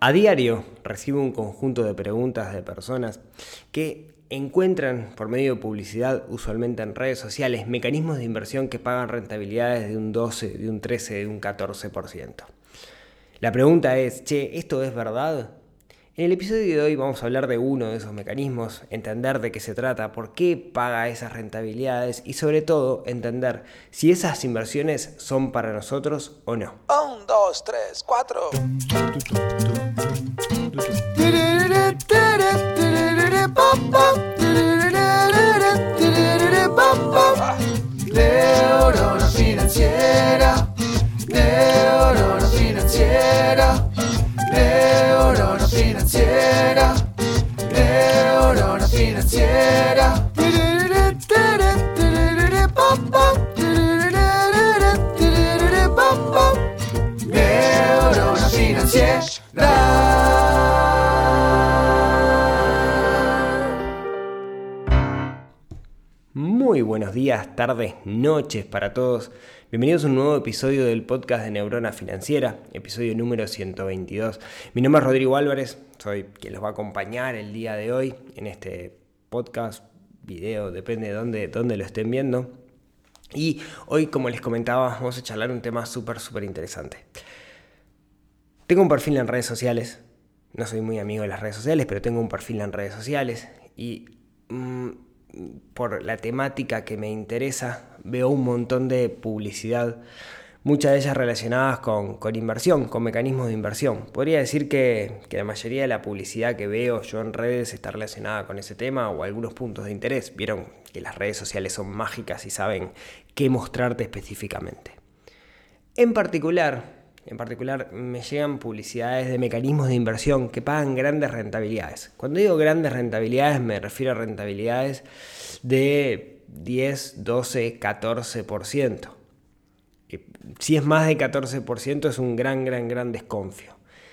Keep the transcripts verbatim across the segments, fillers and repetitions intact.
A diario recibo un conjunto de preguntas de personas que encuentran por medio de publicidad, usualmente en redes sociales, mecanismos de inversión que pagan rentabilidades de un doce, de un trece, de un catorce por ciento. La pregunta es, che, ¿esto es verdad? En el episodio de hoy vamos a hablar de uno de esos mecanismos, entender de qué se trata, por qué paga esas rentabilidades y sobre todo entender si esas inversiones son para nosotros o no. Un, dos, tres, cuatro. Neurona financiera, neurona financiera, neurona financiera, neurona financiera. Neurona financiera. Muy buenos días, tardes, noches para todos. Bienvenidos a un nuevo episodio del podcast de Neurona Financiera, episodio número ciento veintidós. Mi nombre es Rodrigo Álvarez, soy quien los va a acompañar el día de hoy en este podcast, video, depende de dónde, dónde lo estén viendo. Y hoy, como les comentaba, vamos a charlar un tema súper, súper interesante. Tengo un perfil en redes sociales, no soy muy amigo de las redes sociales, pero tengo un perfil en redes sociales y mmm, por la temática que me interesa veo un montón de publicidad, muchas de ellas relacionadas con, con inversión, con mecanismos de inversión. Podría decir que, que la mayoría de la publicidad que veo yo en redes está relacionada con ese tema o algunos puntos de interés. Vieron que las redes sociales son mágicas y saben qué mostrarte específicamente. En particular... En particular, me llegan publicidades de mecanismos de inversión que pagan grandes rentabilidades. Cuando digo grandes rentabilidades, me refiero a rentabilidades de diez, doce, catorce por ciento. Si es más de catorce por ciento, es un gran, gran, gran desconfío.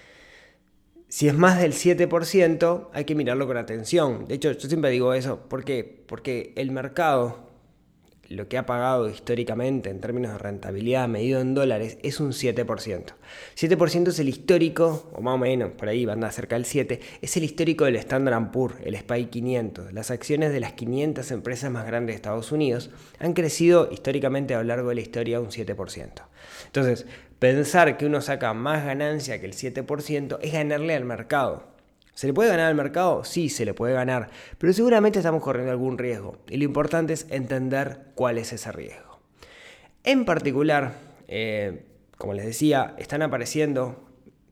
Si es más del siete por ciento, hay que mirarlo con atención. De hecho, yo siempre digo eso. ¿Por qué? Porque el mercado, lo que ha pagado históricamente en términos de rentabilidad medido en dólares es un siete por ciento. siete por ciento es el histórico, o más o menos, por ahí va a andar cerca del siete, es el histórico del Standard and Poor's, el S and P quinientos. Las acciones de las quinientas empresas más grandes de Estados Unidos han crecido históricamente a lo largo de la historia un siete por ciento. Entonces, pensar que uno saca más ganancia que el siete por ciento es ganarle al mercado. ¿Se le puede ganar al mercado? Sí, se le puede ganar, pero seguramente estamos corriendo algún riesgo y lo importante es entender cuál es ese riesgo. En particular, eh, como les decía, están apareciendo,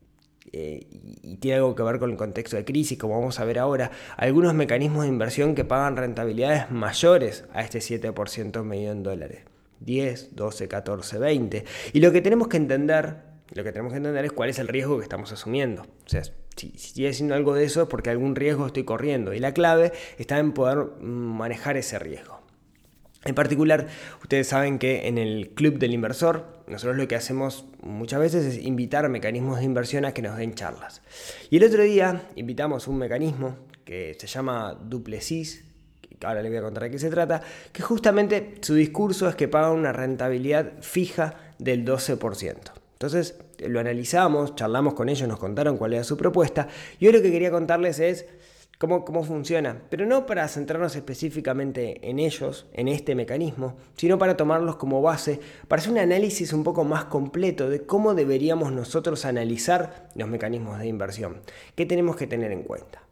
eh, y tiene algo que ver con el contexto de crisis, como vamos a ver ahora, algunos mecanismos de inversión que pagan rentabilidades mayores a este siete por ciento medido en dólares. diez, doce, catorce, veinte. Y lo que tenemos que entender... Lo que tenemos que entender es cuál es el riesgo que estamos asumiendo. O sea, si, si estoy haciendo algo de eso es porque algún riesgo estoy corriendo. Y la clave está en poder manejar ese riesgo. En particular, ustedes saben que en el Club del Inversor, nosotros lo que hacemos muchas veces es invitar mecanismos de inversión a que nos den charlas. Y el otro día invitamos un mecanismo que se llama Duplessis, que ahora les voy a contar de qué se trata, que justamente su discurso es que paga una rentabilidad fija del doce por ciento. Entonces lo analizamos, charlamos con ellos, nos contaron cuál era su propuesta y hoy lo que quería contarles es cómo, cómo funciona, pero no para centrarnos específicamente en ellos, en este mecanismo, sino para tomarlos como base, para hacer un análisis un poco más completo de cómo deberíamos nosotros analizar los mecanismos de inversión. ¿Qué tenemos que tener en cuenta?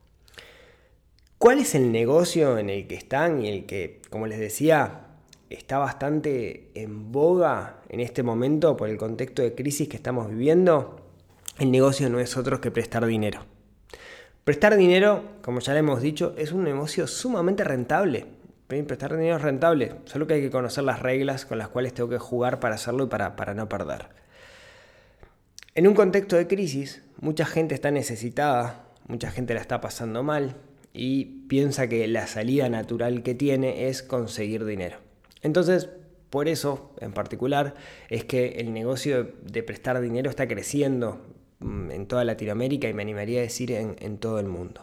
¿Cuál es el negocio en el que están y el que, como les decía, está bastante en boga en este momento por el contexto de crisis que estamos viviendo? El negocio no es otro que prestar dinero. Prestar dinero, como ya le hemos dicho, es un negocio sumamente rentable. Prestar dinero es rentable, solo que hay que conocer las reglas con las cuales tengo que jugar para hacerlo y para, para no perder. En un contexto de crisis, mucha gente está necesitada, mucha gente la está pasando mal y piensa que la salida natural que tiene es conseguir dinero. Entonces, por eso, en particular, es que el negocio de prestar dinero está creciendo en toda Latinoamérica y me animaría a decir en, en todo el mundo.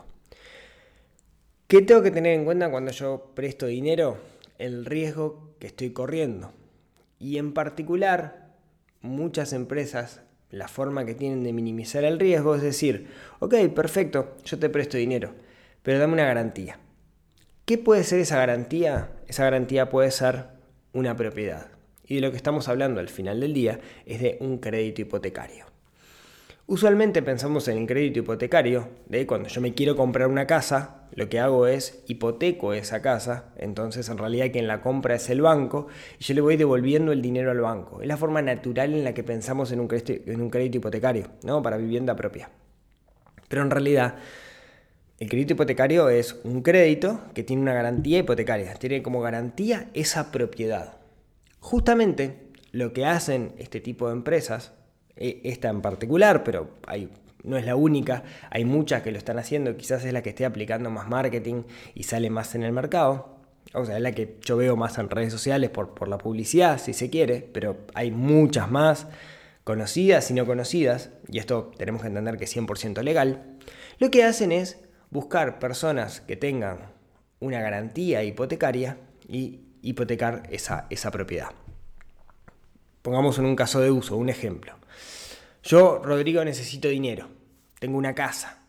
¿Qué tengo que tener en cuenta cuando yo presto dinero? El riesgo que estoy corriendo. Y en particular, muchas empresas la forma que tienen de minimizar el riesgo es decir, ok, perfecto, yo te presto dinero, pero dame una garantía. ¿Qué puede ser esa garantía? Esa garantía puede ser una propiedad. Y de lo que estamos hablando al final del día es de un crédito hipotecario. Usualmente pensamos en el crédito hipotecario de cuando yo me quiero comprar una casa, lo que hago es hipoteco esa casa, entonces en realidad quien la compra es el banco y yo le voy devolviendo el dinero al banco. Es la forma natural en la que pensamos en un crédito, en un crédito hipotecario, ¿no? Para vivienda propia. Pero en realidad el crédito hipotecario es un crédito que tiene una garantía hipotecaria, tiene como garantía esa propiedad. Justamente lo que hacen este tipo de empresas, esta en particular, pero hay, no es la única, hay muchas que lo están haciendo, quizás es la que esté aplicando más marketing y sale más en el mercado, o sea, es la que yo veo más en redes sociales por, por la publicidad, si se quiere, pero hay muchas más conocidas y no conocidas, y esto tenemos que entender que es cien por ciento legal. Lo que hacen es buscar personas que tengan una garantía hipotecaria y hipotecar esa, esa propiedad. Pongamos en un caso de uso, un ejemplo. Yo, Rodrigo, necesito dinero. Tengo una casa.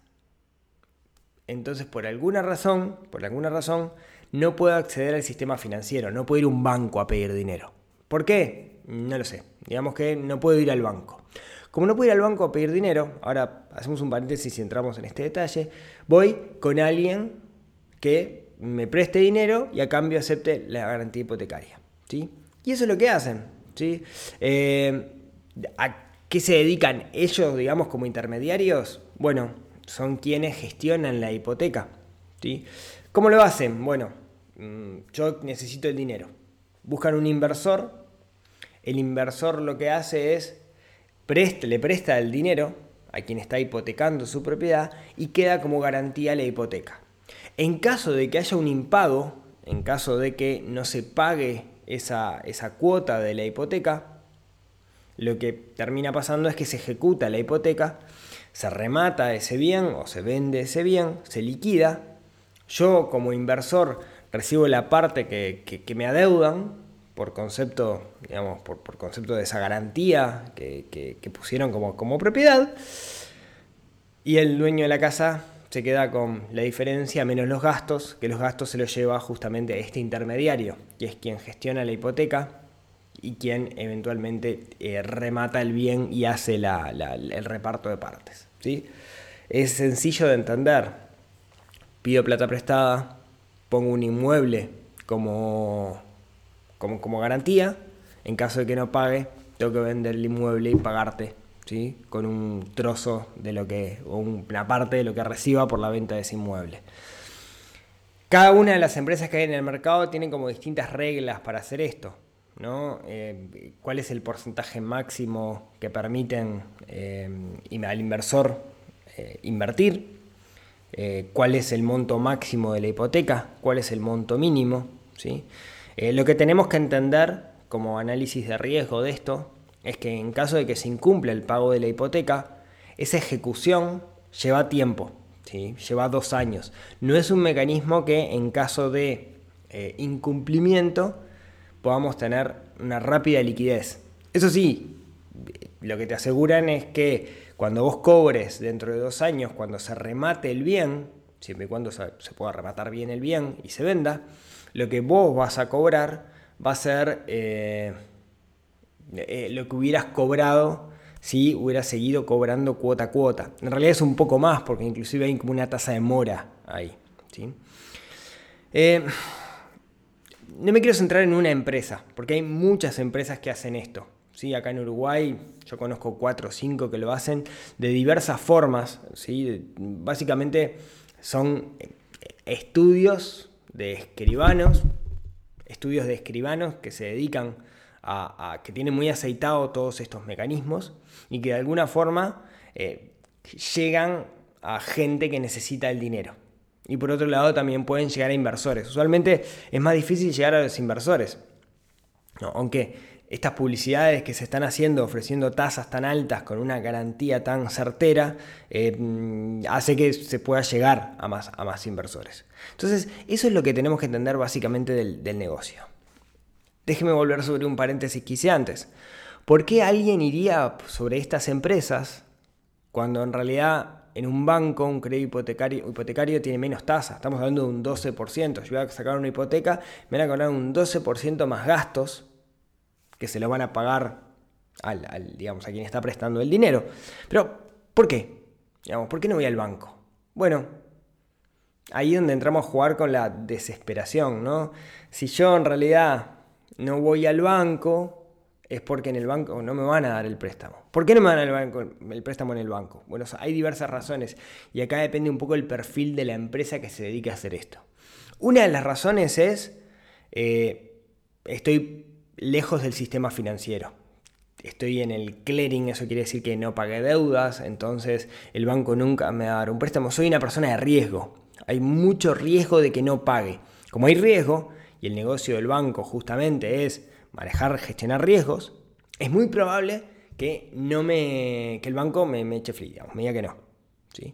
Entonces, por alguna razón, por alguna razón, no puedo acceder al sistema financiero. No puedo ir a un banco a pedir dinero. ¿Por qué? No lo sé. Digamos que no puedo ir al banco. Como no puedo ir al banco a pedir dinero, ahora hacemos un paréntesis y entramos en este detalle, voy con alguien que me preste dinero y a cambio acepte la garantía hipotecaria, ¿sí? Y eso es lo que hacen, ¿sí? Eh, ¿A qué se dedican ellos, digamos, como intermediarios? Bueno, son quienes gestionan la hipoteca, ¿sí? ¿Cómo lo hacen? Bueno, yo necesito el dinero. Buscan un inversor. El inversor lo que hace es presta, le presta el dinero a quien está hipotecando su propiedad y queda como garantía la hipoteca. En caso de que haya un impago, en caso de que no se pague esa, esa cuota de la hipoteca, lo que termina pasando es que se ejecuta la hipoteca, se remata ese bien o se vende ese bien, se liquida. Yo como inversor recibo la parte que, que, que me adeudan por concepto, digamos, por, por concepto de esa garantía que, que, que pusieron como, como propiedad, y el dueño de la casa se queda con la diferencia menos los gastos, que los gastos se los lleva justamente este intermediario, que es quien gestiona la hipoteca y quien eventualmente eh, remata el bien y hace la, la, el reparto de partes, ¿sí? Es sencillo de entender. Pido plata prestada, pongo un inmueble como, como, como garantía. En caso de que no pague, tengo que vender el inmueble y pagarte, ¿sí? Con un trozo de lo que, o una parte de lo que reciba por la venta de ese inmueble. Cada una de las empresas que hay en el mercado tienen como distintas reglas para hacer esto, ¿no? Eh, ¿Cuál es el porcentaje máximo que permiten eh, al inversor eh, invertir? Eh, ¿Cuál es el monto máximo de la hipoteca? ¿Cuál es el monto mínimo? ¿Sí? Eh, lo que tenemos que entender como análisis de riesgo de esto es que en caso de que se incumpla el pago de la hipoteca, esa ejecución lleva tiempo, ¿sí? Lleva dos años. No es un mecanismo que en caso de eh, incumplimiento podamos tener una rápida liquidez. Eso sí, lo que te aseguran es que cuando vos cobres dentro de dos años, cuando se remate el bien, siempre y cuando se, se pueda rematar bien el bien y se venda, lo que vos vas a cobrar va a ser eh, eh, lo que hubieras cobrado si hubieras seguido cobrando cuota a cuota. En realidad es un poco más, porque inclusive hay como una tasa de mora ahí, ¿sí? Eh, no me quiero centrar en una empresa, porque hay muchas empresas que hacen esto. Sí, acá en Uruguay yo conozco cuatro o cinco que lo hacen de diversas formas, ¿sí? Básicamente son estudios de escribanos, estudios de escribanos que se dedican a, a que tienen muy aceitado todos estos mecanismos y que de alguna forma eh, llegan a gente que necesita el dinero. Y por otro lado también pueden llegar a inversores. Usualmente es más difícil llegar a los inversores, ¿no? Aunque estas publicidades que se están haciendo ofreciendo tasas tan altas con una garantía tan certera eh, hace que se pueda llegar a más, a más inversores. Entonces eso es lo que tenemos que entender básicamente del, del negocio. Déjeme volver sobre un paréntesis que hice antes. ¿Por qué alguien iría sobre estas empresas cuando en realidad en un banco un crédito hipotecario, hipotecario tiene menos tasa? Estamos hablando de un doce por ciento. Yo voy a sacar una hipoteca, me van a cobrar un doce por ciento más gastos que se lo van a pagar al, al, digamos, a quien está prestando el dinero. Pero, ¿por qué? Digamos, ¿por qué no voy al banco? Bueno, ahí es donde entramos a jugar con la desesperación, ¿no? Si yo en realidad no voy al banco, es porque en el banco no me van a dar el préstamo. ¿Por qué no me dan el, banco, el préstamo en el banco? Bueno, hay diversas razones y acá depende un poco el perfil de la empresa que se dedique a hacer esto. Una de las razones es, eh, estoy lejos del sistema financiero. Estoy en el clearing, eso quiere decir que no pagué deudas, entonces el banco nunca me va a dar un préstamo. Soy una persona de riesgo. Hay mucho riesgo de que no pague. Como hay riesgo, y el negocio del banco justamente es manejar, gestionar riesgos, es muy probable que, no me, que el banco me, me eche free, digamos, me diga que no. ¿Sí?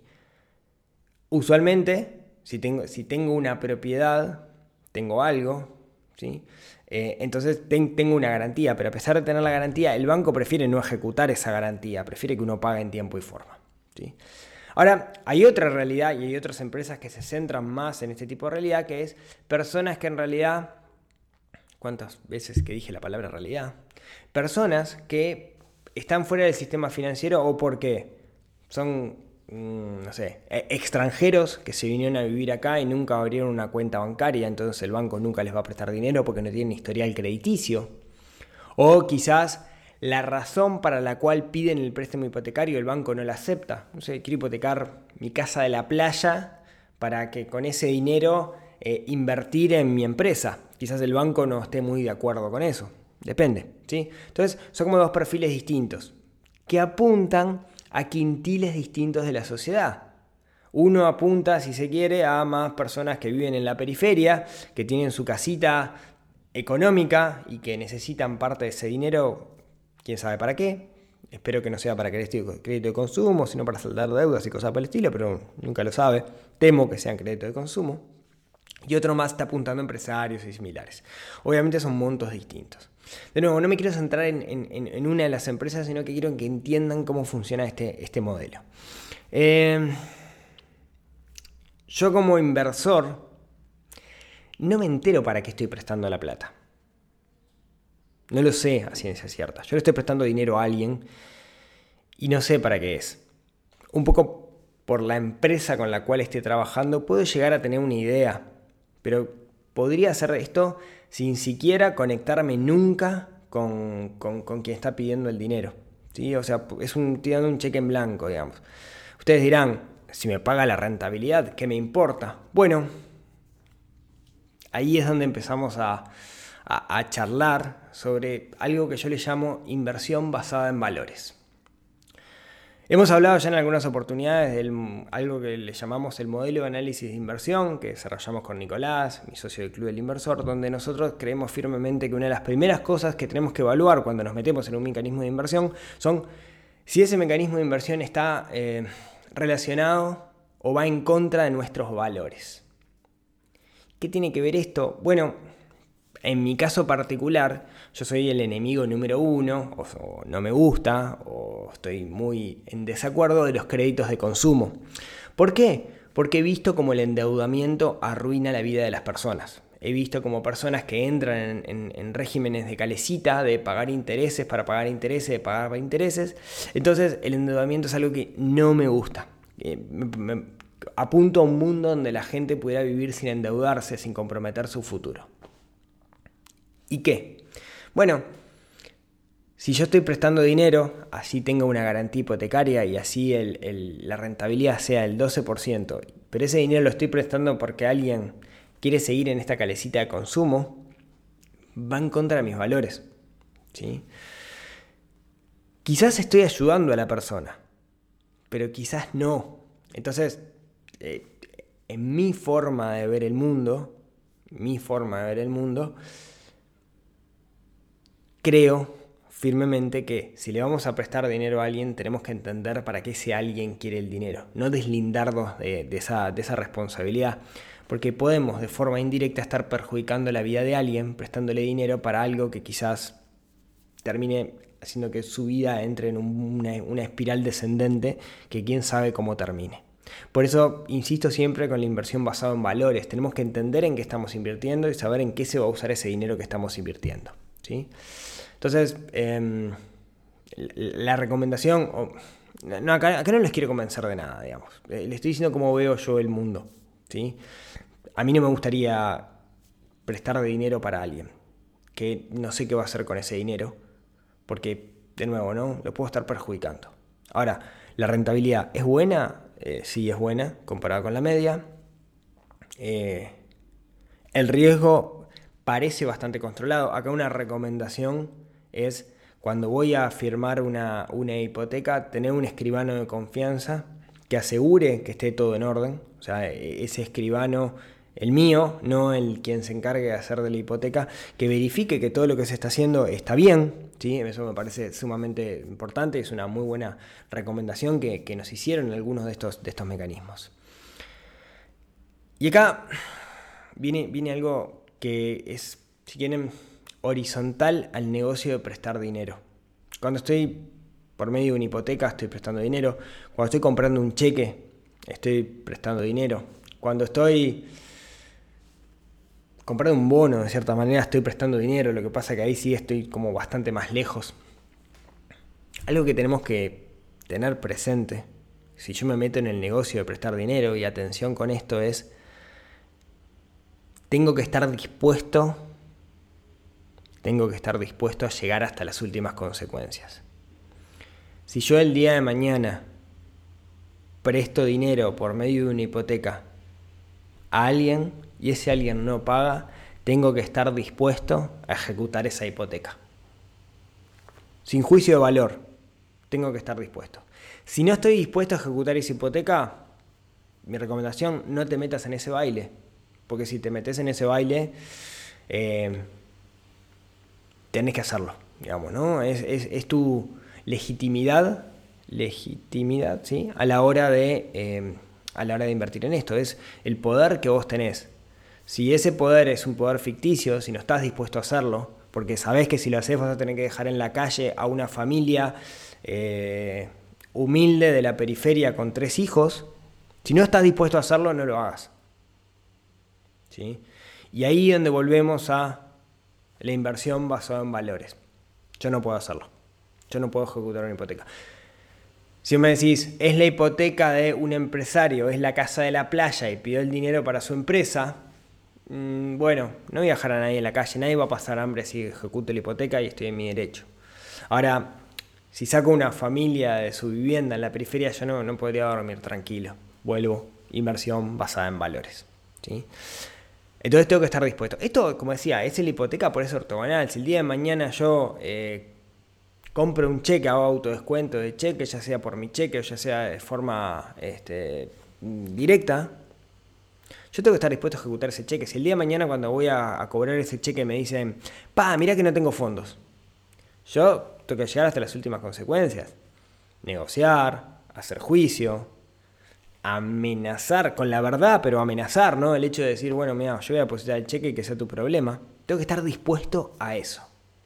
Usualmente, si tengo, si tengo una propiedad, tengo algo, ¿sí? Eh, entonces ten, tengo una garantía, pero a pesar de tener la garantía, el banco prefiere no ejecutar esa garantía, prefiere que uno pague en tiempo y forma. ¿Sí? Ahora, hay otra realidad y hay otras empresas que se centran más en este tipo de realidad, que es personas que en realidad, ¿cuántas veces que dije la palabra realidad? Personas que están fuera del sistema financiero o porque son, no sé, extranjeros que se vinieron a vivir acá y nunca abrieron una cuenta bancaria, entonces el banco nunca les va a prestar dinero porque no tienen historial crediticio. O quizás la razón para la cual piden el préstamo hipotecario el banco no la acepta. No sé, quiero hipotecar mi casa de la playa para que con ese dinero eh, invertir en mi empresa. Quizás el banco no esté muy de acuerdo con eso. Depende, ¿sí? Entonces son como dos perfiles distintos que apuntan a quintiles distintos de la sociedad. Uno apunta, si se quiere, a más personas que viven en la periferia, que tienen su casita económica y que necesitan parte de ese dinero, quién sabe para qué. Espero que no sea para crédito de consumo, sino para saldar deudas y cosas por el estilo, pero nunca lo sabe. Temo que sean crédito de consumo. Y otro más está apuntando a empresarios y similares. Obviamente son montos distintos. De nuevo, no me quiero centrar en, en, en una de las empresas, sino que quiero que entiendan cómo funciona este, este modelo. Eh, yo como inversor no me entero para qué estoy prestando la plata. No lo sé a ciencia cierta. Yo le estoy prestando dinero a alguien y no sé para qué es. Un poco por la empresa con la cual esté trabajando puedo llegar a tener una idea, pero podría hacer esto sin siquiera conectarme nunca con, con, con quien está pidiendo el dinero. ¿Sí? O sea, es un, estoy dando un cheque en blanco, digamos. Ustedes dirán, si me paga la rentabilidad, ¿qué me importa? Bueno, ahí es donde empezamos a, a, a charlar sobre algo que yo le llamo inversión basada en valores. Hemos hablado ya en algunas oportunidades de algo que le llamamos el modelo de análisis de inversión que desarrollamos con Nicolás, mi socio del Club del Inversor, donde nosotros creemos firmemente que una de las primeras cosas que tenemos que evaluar cuando nos metemos en un mecanismo de inversión son si ese mecanismo de inversión está eh, relacionado o va en contra de nuestros valores. ¿Qué tiene que ver esto? Bueno, en mi caso particular, yo soy el enemigo número uno, o, o no me gusta, o estoy muy en desacuerdo de los créditos de consumo. ¿Por qué? Porque he visto cómo el endeudamiento arruina la vida de las personas. He visto como personas que entran en, en, en regímenes de calecita, de pagar intereses para pagar intereses, de pagar para intereses. Entonces, el endeudamiento es algo que no me gusta. Eh, me, me, apunto a un mundo donde la gente pudiera vivir sin endeudarse, sin comprometer su futuro. ¿Y qué? Bueno, si yo estoy prestando dinero, así tengo una garantía hipotecaria y así el, el, la rentabilidad sea el doce por ciento, pero ese dinero lo estoy prestando porque alguien quiere seguir en esta calecita de consumo, va en contra de mis valores. ¿Sí? Quizás estoy ayudando a la persona, pero quizás no. Entonces, eh, en mi forma de ver el mundo, mi forma de ver el mundo, creo firmemente que si le vamos a prestar dinero a alguien, tenemos que entender para qué ese alguien quiere el dinero. No deslindarnos de, de, esa, de esa responsabilidad. Porque podemos de forma indirecta estar perjudicando la vida de alguien prestándole dinero para algo que quizás termine haciendo que su vida entre en una, una espiral descendente que quién sabe cómo termine. Por eso insisto siempre con la inversión basada en valores. Tenemos que entender en qué estamos invirtiendo y saber en qué se va a usar ese dinero que estamos invirtiendo, ¿sí? Entonces, eh, la recomendación... Oh, no, acá, acá no les quiero convencer de nada, digamos. Eh, les estoy diciendo cómo veo yo el mundo, ¿sí? A mí no me gustaría prestar dinero para alguien que no sé qué va a hacer con ese dinero, porque, de nuevo, ¿no? Lo puedo estar perjudicando. Ahora, ¿la rentabilidad es buena? Eh, sí es buena, comparada con la media. Eh, el riesgo parece bastante controlado. Acá una recomendación es, cuando voy a firmar una, una hipoteca, tener un escribano de confianza que asegure que esté todo en orden. O sea, ese escribano, el mío, no el quien se encargue de hacer de la hipoteca, que verifique que todo lo que se está haciendo está bien, ¿sí? Eso me parece sumamente importante, es una muy buena recomendación que, que nos hicieron algunos de estos, de estos mecanismos. Y acá viene, viene algo que es, si quieren, horizontal al negocio de prestar dinero. Cuando estoy por medio de una hipoteca, estoy prestando dinero. Cuando estoy comprando un cheque, estoy prestando dinero. Cuando estoy comprando un bono, de cierta manera, estoy prestando dinero. Lo que pasa es que ahí sí estoy como bastante más lejos. Algo que tenemos que tener presente, si yo me meto en el negocio de prestar dinero, y atención con esto, es tengo que estar dispuesto tengo que estar dispuesto a llegar hasta las últimas consecuencias. Si yo el día de mañana presto dinero por medio de una hipoteca a alguien y ese alguien no paga, tengo que estar dispuesto a ejecutar esa hipoteca. Sin juicio de valor, tengo que estar dispuesto. Si no estoy dispuesto a ejecutar esa hipoteca, mi recomendación, no te metas en ese baile. Porque si te metes en ese baile, eh, tenés que hacerlo, digamos, ¿no? Es, es, es tu legitimidad, legitimidad, ¿sí? A la hora de, eh, a la hora de invertir en esto. Es el poder que vos tenés. Si ese poder es un poder ficticio, si no estás dispuesto a hacerlo, porque sabés que si lo haces vas a tener que dejar en la calle a una familia eh, humilde de la periferia con tres hijos, si no estás dispuesto a hacerlo, no lo hagas, ¿sí? Y ahí es donde volvemos a la inversión basada en valores. Yo no puedo hacerlo. Yo no puedo ejecutar una hipoteca. Si me decís, es la hipoteca de un empresario, es la casa de la playa y pidió el dinero para su empresa, mmm, bueno, no voy a dejar a nadie en la calle, nadie va a pasar hambre si ejecuto la hipoteca y estoy en mi derecho. Ahora, si saco una familia de su vivienda en la periferia, yo no, no podría dormir tranquilo. Vuelvo, inversión basada en valores, ¿sí? Entonces tengo que estar dispuesto. Esto, como decía, es la hipoteca por eso ortogonal. Si el día de mañana yo eh, compro un cheque, hago autodescuento de cheque, ya sea por mi cheque o ya sea de forma este, directa, yo tengo que estar dispuesto a ejecutar ese cheque. Si el día de mañana cuando voy a, a cobrar ese cheque me dicen, pa, mirá que no tengo fondos, yo tengo que llegar hasta las últimas consecuencias. Negociar, hacer juicio, amenazar con la verdad, pero amenazar, ¿no? El hecho de decir, bueno, mira, yo voy a depositar el cheque y que sea tu problema. Tengo que estar dispuesto a eso.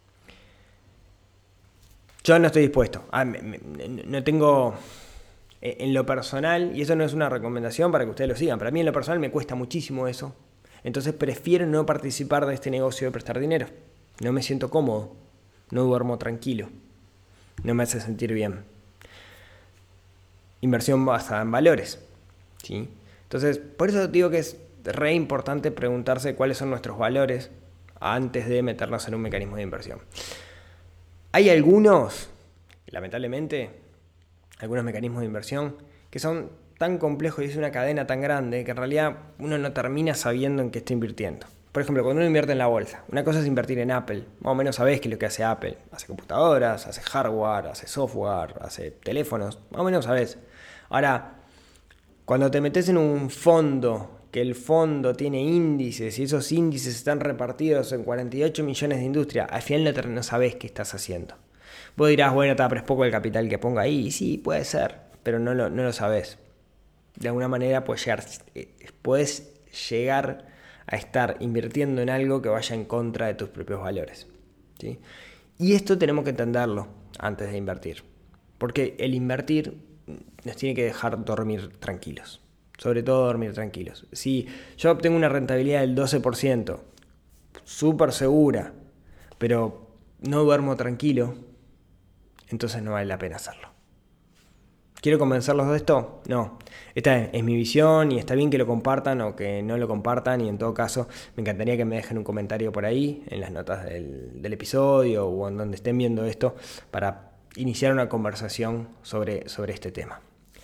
Yo no estoy dispuesto. Ah, me, me, no tengo... En lo personal, y eso no es una recomendación para que ustedes lo sigan, pero a mí en lo personal me cuesta muchísimo eso. Entonces prefiero no participar de este negocio de prestar dinero. No me siento cómodo. No duermo tranquilo. No me hace sentir bien. Inversión basada en valores, ¿sí? Entonces, por eso digo que es re importante preguntarse cuáles son nuestros valores antes de meternos en un mecanismo de inversión. Hay algunos, lamentablemente, algunos mecanismos de inversión que son tan complejos y es una cadena tan grande que en realidad uno no termina sabiendo en qué está invirtiendo. Por ejemplo, cuando uno invierte en la bolsa, una cosa es invertir en Apple. Más o menos sabés qué es lo que hace Apple. Hace computadoras, hace hardware, hace software, hace teléfonos. Más o menos sabés. Ahora, cuando te metes en un fondo, que el fondo tiene índices y esos índices están repartidos en cuarenta y ocho millones de industrias, al final no, no sabés qué estás haciendo. Vos dirás, bueno, pero es poco el capital que ponga ahí. Y sí, puede ser, pero no lo, no lo sabés. De alguna manera puedes llegar, puedes llegar a estar invirtiendo en algo que vaya en contra de tus propios valores, ¿sí? Y esto tenemos que entenderlo antes de invertir. Porque el invertir nos tiene que dejar dormir tranquilos. Sobre todo dormir tranquilos. Si yo obtengo una rentabilidad del doce por ciento, súper segura, pero no duermo tranquilo, entonces no vale la pena hacerlo. ¿Quiero convencerlos de esto? No. Esta es mi visión y está bien que lo compartan o que no lo compartan, y en todo caso me encantaría que me dejen un comentario por ahí en las notas del, del episodio o en donde estén viendo esto para iniciar una conversación sobre, sobre este tema.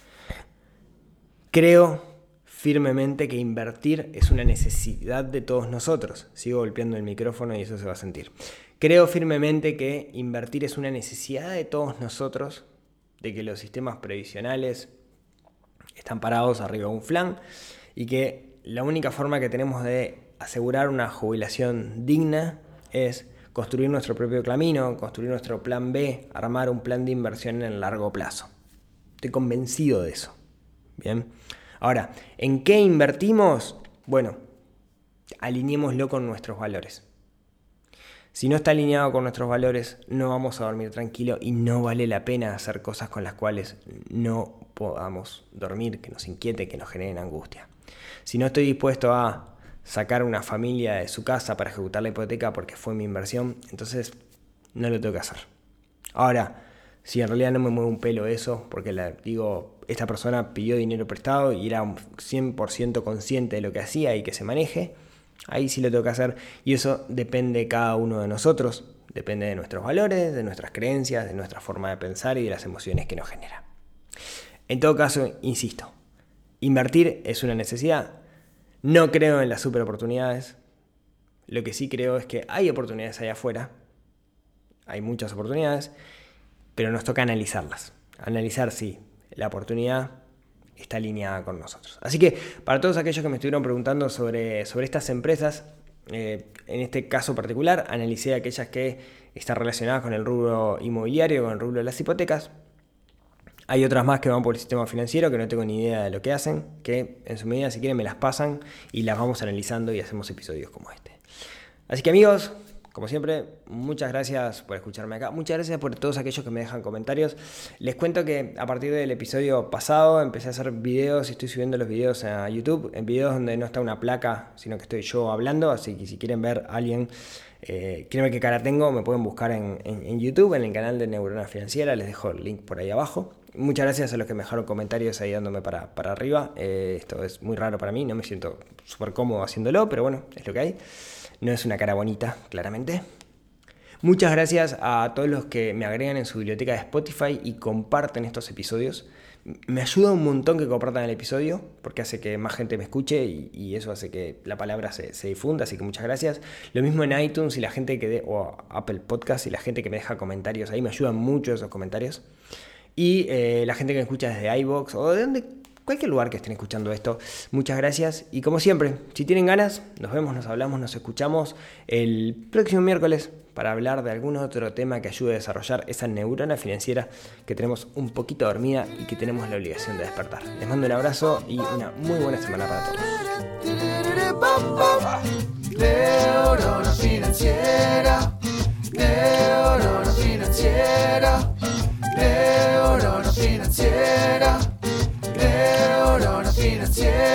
Creo firmemente que invertir es una necesidad de todos nosotros. Sigo golpeando el micrófono y eso se va a sentir. Creo firmemente que invertir es una necesidad de todos nosotros, de que los sistemas previsionales están parados arriba de un flan y que la única forma que tenemos de asegurar una jubilación digna es construir nuestro propio camino, construir nuestro plan B, armar un plan de inversión en el largo plazo. Estoy convencido de eso. Bien. Ahora, ¿en qué invertimos? Bueno, alineémoslo con nuestros valores. Si no está alineado con nuestros valores, no vamos a dormir tranquilo y no vale la pena hacer cosas con las cuales no podamos dormir, que nos inquiete, que nos generen angustia. Si no estoy dispuesto a sacar una familia de su casa para ejecutar la hipoteca porque fue mi inversión, entonces no lo tengo que hacer. Ahora, si en realidad no me mueve un pelo eso, porque la, digo, esta persona pidió dinero prestado y era cien por ciento consciente de lo que hacía y que se maneje, ahí sí lo tengo que hacer, y eso depende de cada uno de nosotros, depende de nuestros valores, de nuestras creencias, de nuestra forma de pensar y de las emociones que nos genera. En todo caso, insisto, invertir es una necesidad. No creo en las super oportunidades. Lo que sí creo es que hay oportunidades allá afuera, hay muchas oportunidades, pero nos toca analizarlas. Analizar si la oportunidad está alineada con nosotros. Así que para todos aquellos que me estuvieron preguntando sobre, sobre estas empresas, eh, en este caso particular, analicé aquellas que están relacionadas con el rubro inmobiliario, con el rubro de las hipotecas. Hay otras más que van por el sistema financiero que no tengo ni idea de lo que hacen, que en su medida si quieren me las pasan y las vamos analizando y hacemos episodios como este. Así que amigos, como siempre, muchas gracias por escucharme acá. Muchas gracias por todos aquellos que me dejan comentarios. Les cuento que a partir del episodio pasado empecé a hacer videos y estoy subiendo los videos a YouTube, en videos donde no está una placa, sino que estoy yo hablando. Así que si quieren ver a alguien, eh, quieren ver qué cara tengo, me pueden buscar en, en, en YouTube, en el canal de Neurona Financiera. Les dejo el link por ahí abajo. Muchas gracias a los que me dejaron comentarios ahí dándome para, para arriba. Eh, esto es muy raro para mí, no me siento súper cómodo haciéndolo, pero bueno, es lo que hay. No es una cara bonita, claramente. Muchas gracias a todos los que me agregan en su biblioteca de Spotify y comparten estos episodios. Me ayuda un montón que compartan el episodio, porque hace que más gente me escuche y, y eso hace que la palabra se, se difunda, así que muchas gracias. Lo mismo en iTunes y la gente que de, o Apple Podcast y la gente que me deja comentarios ahí, me ayudan mucho esos comentarios. Y eh, la gente que me escucha desde iVoox o de donde, cualquier lugar que estén escuchando esto, muchas gracias. Y como siempre, si tienen ganas, nos vemos, nos hablamos, nos escuchamos el próximo miércoles para hablar de algún otro tema que ayude a desarrollar esa neurona financiera que tenemos un poquito dormida y que tenemos la obligación de despertar. Les mando un abrazo y una muy buena semana para todos. Neurona financiera, neurona financiera, neurona financiera, neurona financiera.